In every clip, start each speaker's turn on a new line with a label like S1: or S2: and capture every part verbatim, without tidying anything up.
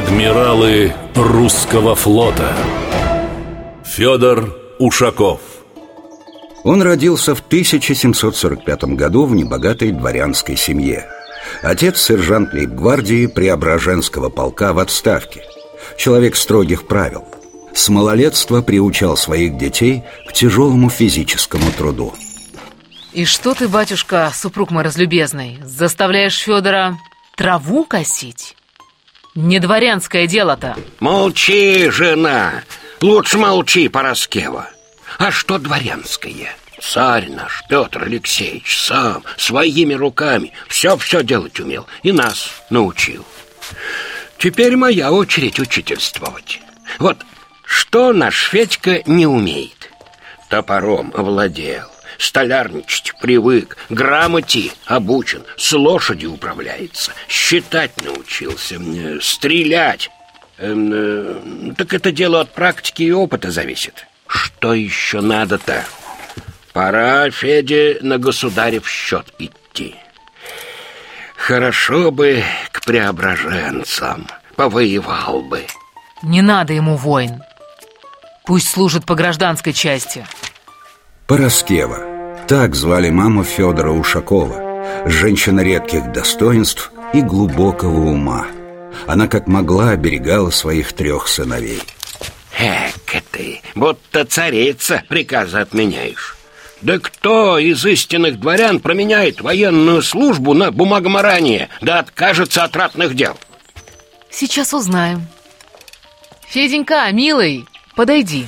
S1: Адмиралы русского флота. Федор Ушаков.
S2: Он родился в тысяча семьсот сорок пятом году в небогатой дворянской семье. Отец сержант лейб-гвардии Преображенского полка в отставке. Человек строгих правил. С малолетства приучал своих детей к тяжелому физическому труду.
S3: И что ты, батюшка, супруг мой разлюбезный, заставляешь Федора траву косить? Не дворянское дело-то.
S4: Молчи, жена. Лучше молчи, Пороскева. А что дворянское? Царь наш, Петр Алексеевич, сам, своими руками все-все делать умел и нас научил. Теперь моя очередь учительствовать. Вот что наш Федька не умеет. Топором овладел, столярничать привык, грамоте обучен, с лошадью управляется, считать научился, стрелять. Эм, так это дело от практики и опыта зависит. Что еще надо-то? Пора, Феде, на государев счет идти. Хорошо бы к преображенцам, повоевал бы.
S3: Не надо ему войн. Пусть служит по гражданской части.
S2: Пороскева. Так звали маму Федора Ушакова. Женщина редких достоинств и глубокого ума. Она как могла оберегала своих трех сыновей.
S4: Эка ты, будто царица приказы отменяешь. Да кто из истинных дворян променяет военную службу на бумагоморание, да откажется от ратных дел?
S3: Сейчас узнаем. Феденька, милый, подойди.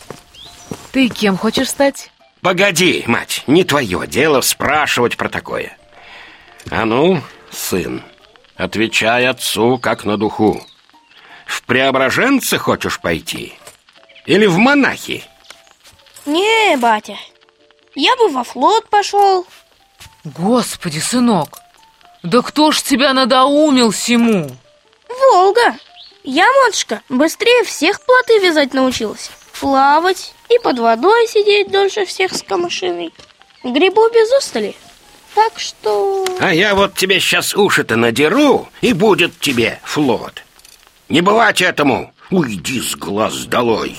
S3: Ты кем хочешь стать?
S4: Погоди, мать, не твое дело спрашивать про такое. А ну, сын, отвечай отцу как на духу. В преображенцы хочешь пойти? Или в монахи?
S5: Не, батя, я бы во флот пошел.
S3: Господи, сынок, да кто ж тебя надоумил всему?
S5: Волга. Я, матушка, быстрее всех плоты вязать научилась. Плавать и под водой сидеть дольше всех с камышиной. Грибу без устали. Так что...
S4: А я вот тебе сейчас уши-то надеру, и будет тебе флот. Не бывать этому. Уйди с глаз долой.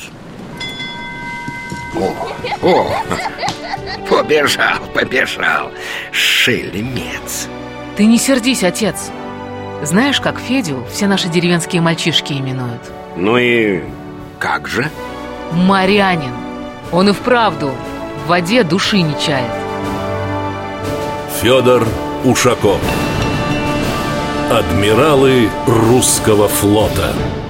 S4: О, о, побежал, побежал. Шельмец.
S3: Ты не сердись, отец. Знаешь, как Федю все наши деревенские мальчишки именуют?
S4: Ну и как же?
S3: Морянин. Он и вправду в воде души не чает.
S1: Федор Ушаков. Адмиралы русского флота.